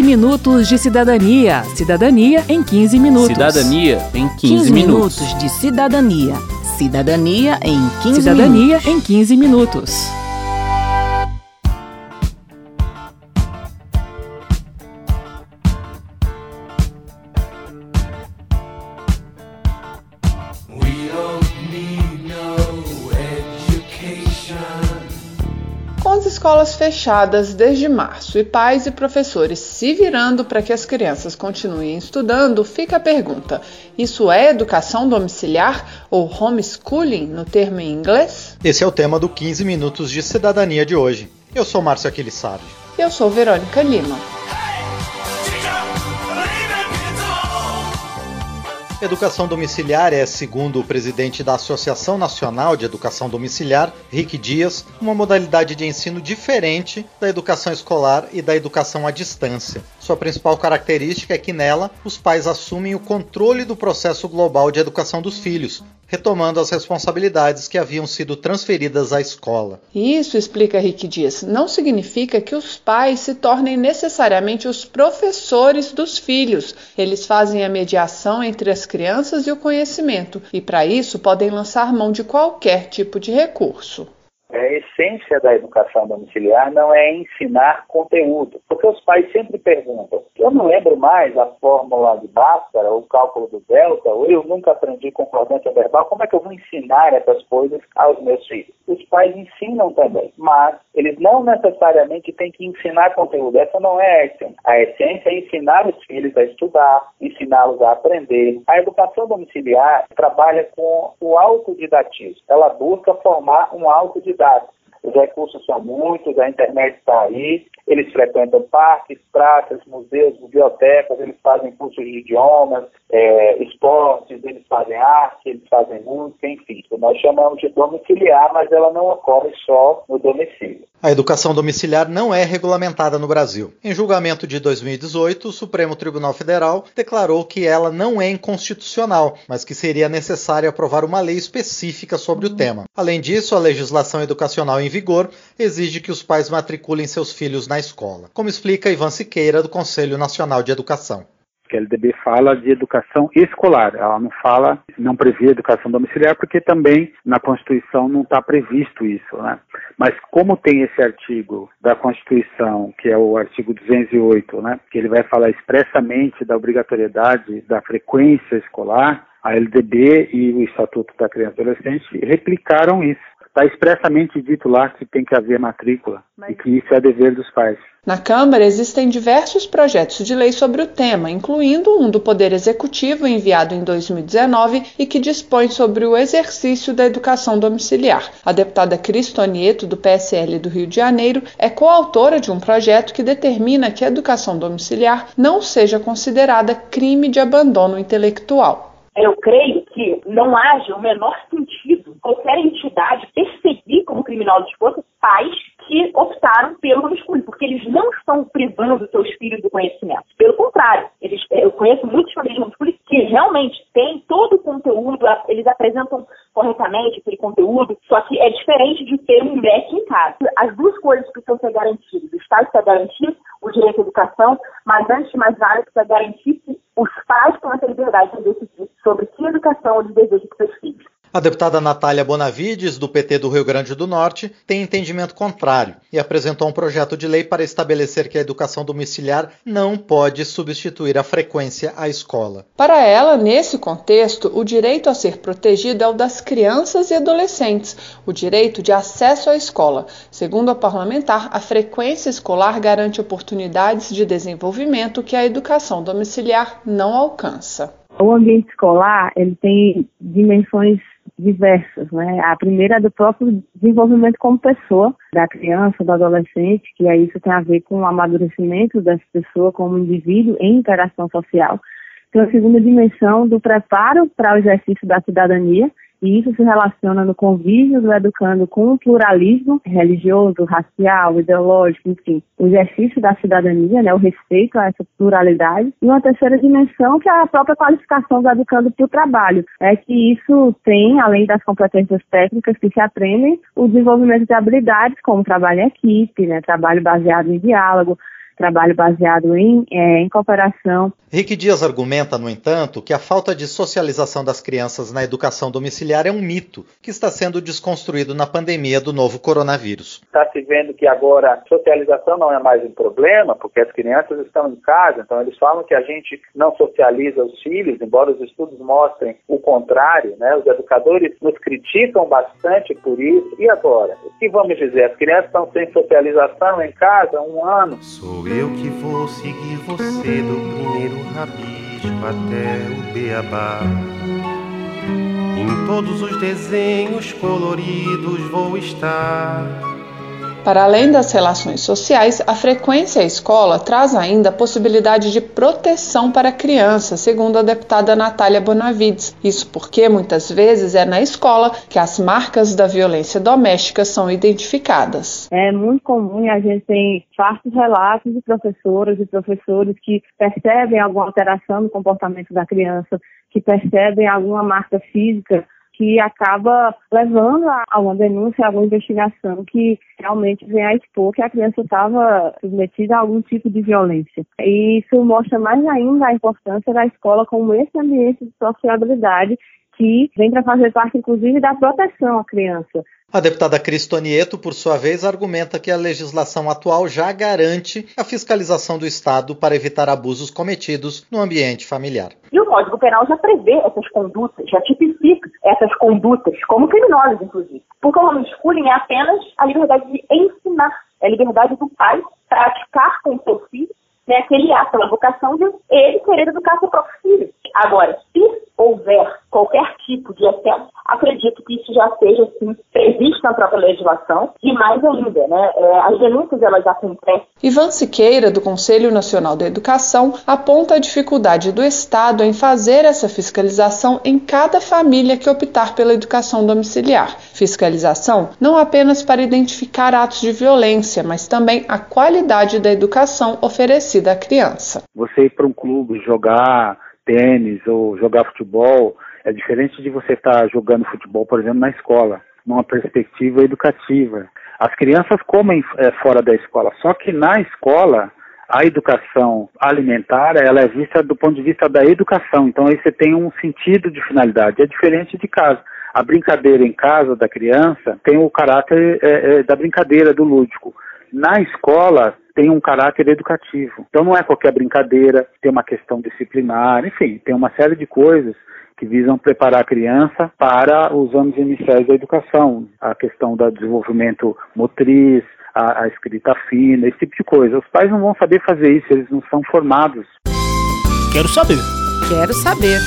minutos de cidadania. Cidadania em 15 minutos. Cidadania em 15 minutos de cidadania. Cidadania em 15 Cidadania minutos. em 15 minutos. Com as escolas fechadas desde março e pais e professores se virando para que as crianças continuem estudando, fica a pergunta: isso é educação domiciliar ou homeschooling no termo em inglês? Esse é o tema do 15 Minutos de Cidadania de hoje. Eu sou Márcio Aquilissardi. Eu sou Verônica Lima. Educação domiciliar é, segundo o presidente da Associação Nacional de Educação Domiciliar, Rick Dias, uma modalidade de ensino diferente da educação escolar e da educação à distância. Sua principal característica é que nela, os pais assumem o controle do processo global de educação dos filhos, retomando as responsabilidades que haviam sido transferidas à escola. Isso, explica Rick Dias, não significa que os pais se tornem necessariamente os professores dos filhos. Eles fazem a mediação entre as crianças e o conhecimento, e para isso podem lançar mão de qualquer tipo de recurso. A essência da educação domiciliar não é ensinar conteúdo, porque os pais sempre perguntam: eu não lembro mais a fórmula de Bhaskara, ou o cálculo do delta, ou eu nunca aprendi concordância verbal, como é que eu vou ensinar essas coisas aos meus filhos? Os pais ensinam também, mas eles não necessariamente têm que ensinar conteúdo. Essa não é a essência. A essência é ensinar os filhos a estudar, ensiná-los a aprender. A educação domiciliar trabalha com o autodidatismo. Ela busca formar um autodidato. Os recursos são muitos, a internet está aí, eles frequentam parques, praças, museus, bibliotecas, eles fazem cursos de idiomas, esportes, eles fazem arte, eles fazem música, enfim. Nós chamamos de domiciliar, mas ela não ocorre só no domicílio. A educação domiciliar não é regulamentada no Brasil. Em julgamento de 2018, o Supremo Tribunal Federal declarou que ela não é inconstitucional, mas que seria necessário aprovar uma lei específica sobre o tema. Além disso, a legislação educacional em vigor exige que os pais matriculem seus filhos na escola, como explica Ivan Siqueira, do Conselho Nacional de Educação. Que a LDB fala de educação escolar, ela não prevê educação domiciliar, porque também na Constituição não está previsto isso, né? Mas como tem esse artigo da Constituição, que é o artigo 208, né, que ele vai falar expressamente da obrigatoriedade da frequência escolar, a LDB e o Estatuto da Criança e Adolescente replicaram isso. Está expressamente dito lá que tem que haver matrícula e que isso é dever dos pais. Na Câmara existem diversos projetos de lei sobre o tema, incluindo um do Poder Executivo enviado em 2019 e que dispõe sobre o exercício da educação domiciliar. A deputada Cris Tonieto, do PSL do Rio de Janeiro, é coautora de um projeto que determina que a educação domiciliar não seja considerada crime de abandono intelectual. Eu creio que não haja o menor sentido qualquer entidade perseguir como criminosos pais que optaram pelo homeschooling, porque eles não estão privando seus filhos do conhecimento. Pelo contrário, eu conheço muitos famílias de homeschooling que realmente têm todo o conteúdo, eles apresentam corretamente aquele conteúdo, só que é diferente de ter um MEC em casa. As duas coisas precisam ser garantidas. O Estado precisa garantir o direito à educação, mas antes de mais nada precisa garantir que os pais tenham a liberdade de decidir sobre que educação eles desejam para seus filhos. A deputada Natália Bonavides, do PT do Rio Grande do Norte, tem entendimento contrário e apresentou um projeto de lei para estabelecer que a educação domiciliar não pode substituir a frequência à escola. Para ela, nesse contexto, o direito a ser protegido é o das crianças e adolescentes, o direito de acesso à escola. Segundo a parlamentar, a frequência escolar garante oportunidades de desenvolvimento que a educação domiciliar não alcança. O ambiente escolar, ele tem dimensões diversas, né? A primeira é do próprio desenvolvimento como pessoa, da criança, do adolescente, que aí isso tem a ver com o amadurecimento dessa pessoa como indivíduo em interação social. Tem a segunda dimensão do preparo para o exercício da cidadania, e isso se relaciona no convívio do educando com o pluralismo religioso, racial, ideológico, enfim, o exercício da cidadania, né, o respeito a essa pluralidade. E uma terceira dimensão, que é a própria qualificação do educando para o trabalho, é que isso tem, além das competências técnicas que se aprendem, o desenvolvimento de habilidades como trabalho em equipe, né, trabalho baseado em diálogo, trabalho baseado em cooperação. Rick Dias argumenta, no entanto, que a falta de socialização das crianças na educação domiciliar é um mito que está sendo desconstruído na pandemia do novo coronavírus. Está se vendo que agora a socialização não é mais um problema, porque as crianças estão em casa, então eles falam que a gente não socializa os filhos, embora os estudos mostrem o contrário, né? Os educadores nos criticam bastante por isso. E agora? O que vamos dizer? As crianças estão sem socialização em casa há 1 ano. Sou eu que vou seguir você do primeiro rabisco até o beabá. Em todos os desenhos coloridos vou estar. Para além das relações sociais, a frequência à escola traz ainda a possibilidade de proteção para a criança, segundo a deputada Natália Bonavides. Isso porque, muitas vezes, é na escola que as marcas da violência doméstica são identificadas. É muito comum e a gente tem fartos relatos de professoras e professores que percebem alguma alteração no comportamento da criança, que percebem alguma marca física que acaba levando a uma denúncia, a alguma investigação que realmente vem a expor que a criança estava submetida a algum tipo de violência. E isso mostra mais ainda a importância da escola como esse ambiente de sociabilidade que vem para fazer parte, inclusive, da proteção à criança. A deputada Cristonieto, por sua vez, argumenta que a legislação atual já garante a fiscalização do Estado para evitar abusos cometidos no ambiente familiar. E o Código Penal já prevê essas condutas, já tipifica essas condutas como criminosas, inclusive. Porque o homeschooling é apenas a liberdade de ensinar, é a liberdade do pai praticar com seu filho, né, aquele ato, a vocação de ele querer educar seu próprio filho. Agora, se houver qualquer tipo de excesso, acredito que isso já seja, assim, previsto na própria legislação e mais ainda, né, as denúncias elas acontecem. Ivan Siqueira, do Conselho Nacional da Educação, aponta a dificuldade do Estado em fazer essa fiscalização em cada família que optar pela educação domiciliar. Fiscalização não apenas para identificar atos de violência, mas também a qualidade da educação oferecida à criança. Você ir para um clube jogar tênis ou jogar futebol é diferente de você estar jogando futebol, por exemplo, na escola, numa perspectiva educativa. As crianças comem fora da escola, só que na escola a educação alimentar ela é vista do ponto de vista da educação, então aí você tem um sentido de finalidade, é diferente de casa. A brincadeira em casa da criança tem o caráter da brincadeira, do lúdico. Na escola tem um caráter educativo. Então não é qualquer brincadeira, tem uma questão disciplinar, enfim, tem uma série de coisas que visam preparar a criança para os anos iniciais da educação. A questão do desenvolvimento motriz, a escrita fina, esse tipo de coisa. Os pais não vão saber fazer isso, eles não são formados. Quero saber. Quero saber.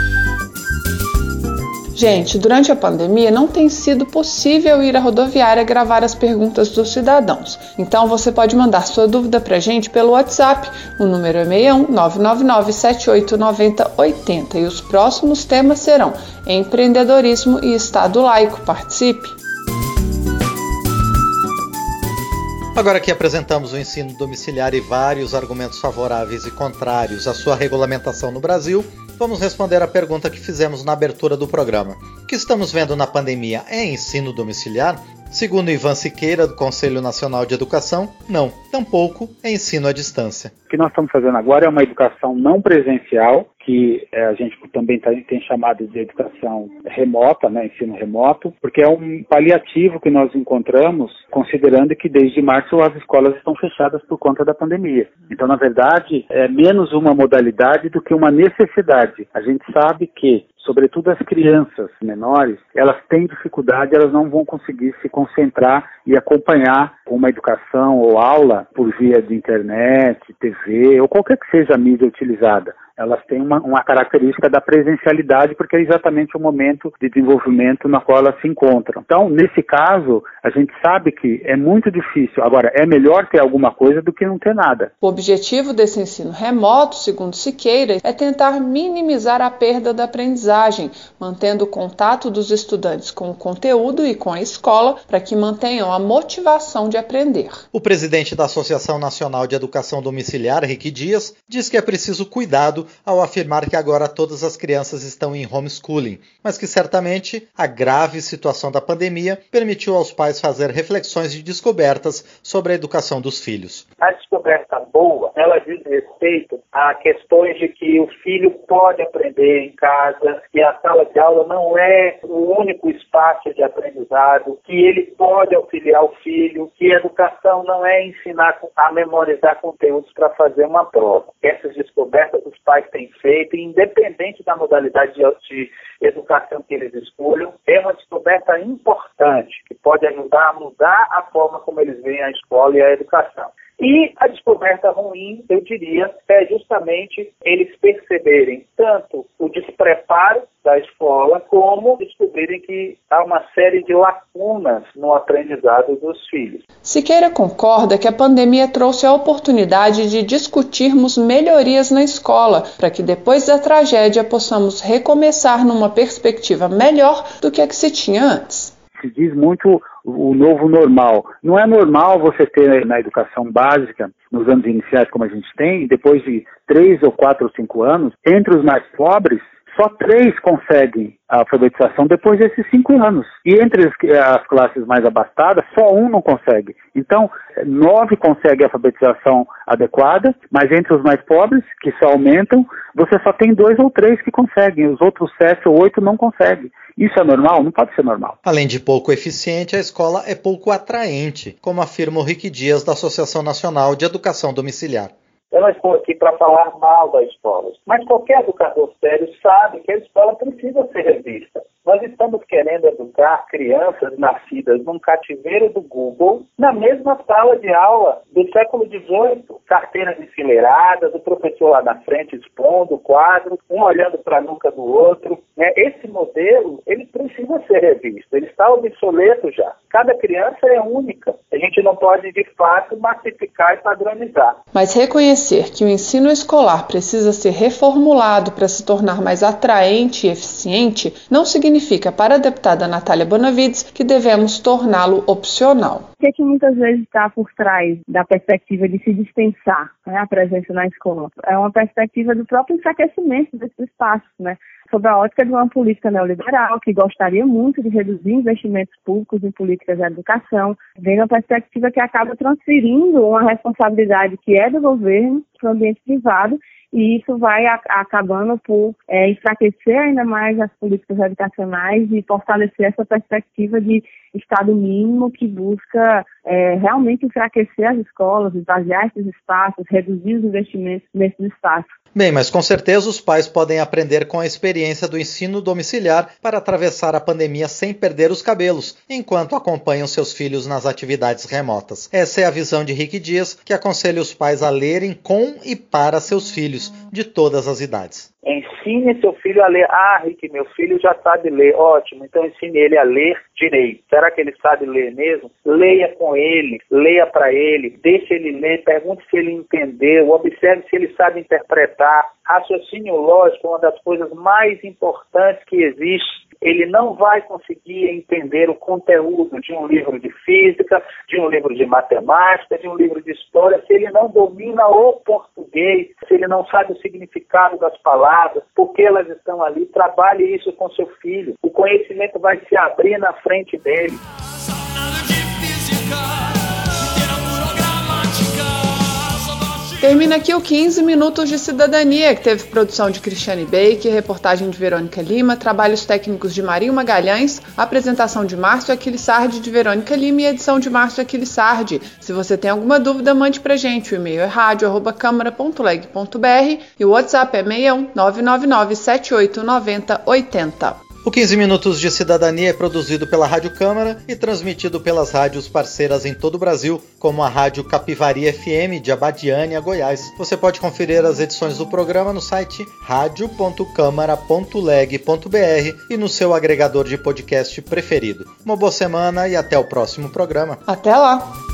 Gente, durante a pandemia não tem sido possível ir à rodoviária gravar as perguntas dos cidadãos. Então você pode mandar sua dúvida pra gente pelo WhatsApp. O número é 61 999 7890 80 e os próximos temas serão empreendedorismo e Estado laico. Participe! Agora que apresentamos o ensino domiciliar e vários argumentos favoráveis e contrários à sua regulamentação no Brasil, vamos responder a pergunta que fizemos na abertura do programa. O que estamos vendo na pandemia é ensino domiciliar? Segundo Ivan Siqueira, do Conselho Nacional de Educação, não. Tampouco é ensino à distância. O que nós estamos fazendo agora é uma educação não presencial, que a gente também tem chamado de educação remota, né, ensino remoto, porque é um paliativo que nós encontramos, considerando que desde março as escolas estão fechadas por conta da pandemia. Então, na verdade, é menos uma modalidade do que uma necessidade. A gente sabe que, sobretudo as crianças menores, elas têm dificuldade, elas não vão conseguir se concentrar e acompanhar uma educação ou aula por via de internet, TV ou qualquer que seja a mídia utilizada. Elas têm uma característica da presencialidade, porque é exatamente o momento de desenvolvimento na qual elas se encontram. Então, nesse caso, a gente sabe que é muito difícil. Agora, é melhor ter alguma coisa do que não ter nada. O objetivo desse ensino remoto, segundo Siqueira, é tentar minimizar a perda da aprendizagem, mantendo o contato dos estudantes com o conteúdo e com a escola, para que mantenham a motivação de aprender. O presidente da Associação Nacional de Educação Domiciliar, Rick Dias, diz que é preciso cuidado ao afirmar que agora todas as crianças estão em homeschooling, mas que certamente a grave situação da pandemia permitiu aos pais fazer reflexões e descobertas sobre a educação dos filhos. A descoberta boa, ela diz respeito a questões de que o filho pode aprender em casa, que a sala de aula não é o único espaço de aprendizado, que ele pode auxiliar o filho, que a educação não é ensinar a memorizar conteúdos para fazer uma prova. Essas descobertas os pais têm feito, independente da modalidade de educação que eles escolham, é uma descoberta importante, que pode ajudar a mudar a forma como eles veem a escola e a educação. E a descoberta ruim, eu diria, é justamente eles perceberem tanto o despreparo da escola, como descobrirem que há uma série de lacunas no aprendizado dos filhos. Siqueira concorda que a pandemia trouxe a oportunidade de discutirmos melhorias na escola, para que depois da tragédia possamos recomeçar numa perspectiva melhor do que a que se tinha antes. Se diz muito o novo normal. Não é normal você ter na educação básica, nos anos iniciais como a gente tem, depois de 3 ou 4 ou 5 anos, entre os mais pobres, só 3 conseguem a alfabetização depois desses 5 anos. E entre as classes mais abastadas, só 1 não consegue. Então, 9 conseguem a alfabetização adequada, mas entre os mais pobres, que só aumentam, você só tem 2 ou 3 que conseguem. Os outros 7 ou 8 não conseguem. Isso é normal? Não pode ser normal. Além de pouco eficiente, a escola é pouco atraente, como afirma o Rick Dias, da Associação Nacional de Educação Domiciliar. Eu não estou aqui para falar mal das escolas, mas qualquer educador sério sabe que a escola precisa ser revista. Nós estamos querendo educar crianças nascidas num cativeiro do Google na mesma sala de aula do século XVIII. Carteiras enfileiradas, o professor lá na frente expondo o quadro, um olhando para a nuca do outro. Esse modelo, ele precisa ser revisto, ele está obsoleto já. Cada criança é única. A gente não pode, de fato, massificar e padronizar. Mas reconhecer que o ensino escolar precisa ser reformulado para se tornar mais atraente e eficiente não significa, para a deputada Natália Bonavides, que devemos torná-lo opcional. O que muitas vezes está por trás da perspectiva de se dispensar, a presença na escola? É uma perspectiva do próprio enfraquecimento desses espaços, sob a ótica de uma política neoliberal que gostaria muito de reduzir investimentos públicos em políticas de educação, vem uma perspectiva que acaba transferindo uma responsabilidade que é do governo para o ambiente privado, e isso vai acabando por enfraquecer ainda mais as políticas educacionais e fortalecer essa perspectiva de Estado mínimo que busca realmente enfraquecer as escolas, esvaziar esses espaços, reduzir os investimentos nesses espaços. Bem, mas com certeza os pais podem aprender com a experiência do ensino domiciliar para atravessar a pandemia sem perder os cabelos, enquanto acompanham seus filhos nas atividades remotas. Essa é a visão de Rick Dias, que aconselha os pais a lerem com e para seus filhos, de todas as idades. Ensine seu filho a ler. Rick, meu filho já sabe ler. Ótimo, então ensine ele a ler direito. Será que ele sabe ler mesmo? Leia com ele, leia para ele, deixe ele ler, pergunte se ele entendeu, observe se ele sabe interpretar. Raciocínio lógico é uma das coisas mais importantes que existe. Ele não vai conseguir entender o conteúdo de um livro de física, de um livro de matemática, de um livro de história, se ele não domina o português, se ele não sabe o significado das palavras, por que elas estão ali. Trabalhe isso com seu filho. O conhecimento vai se abrir na frente dele. Termina aqui o 15 Minutos de Cidadania, que teve produção de Cristiane Baker, reportagem de Verônica Lima, trabalhos técnicos de Marinho Magalhães, apresentação de Márcio Aquilissardi, de Verônica Lima, e edição de Márcio Aquilissardi. Se você tem alguma dúvida, mande pra gente. O e-mail é radio@câmara.leg.br e o WhatsApp é 61 999 78 90 80. O 15 Minutos de Cidadania é produzido pela Rádio Câmara e transmitido pelas rádios parceiras em todo o Brasil, como a Rádio Capivari FM de Abadiânia, Goiás. Você pode conferir as edições do programa no site radio.câmara.leg.br e no seu agregador de podcast preferido. Uma boa semana e até o próximo programa. Até lá!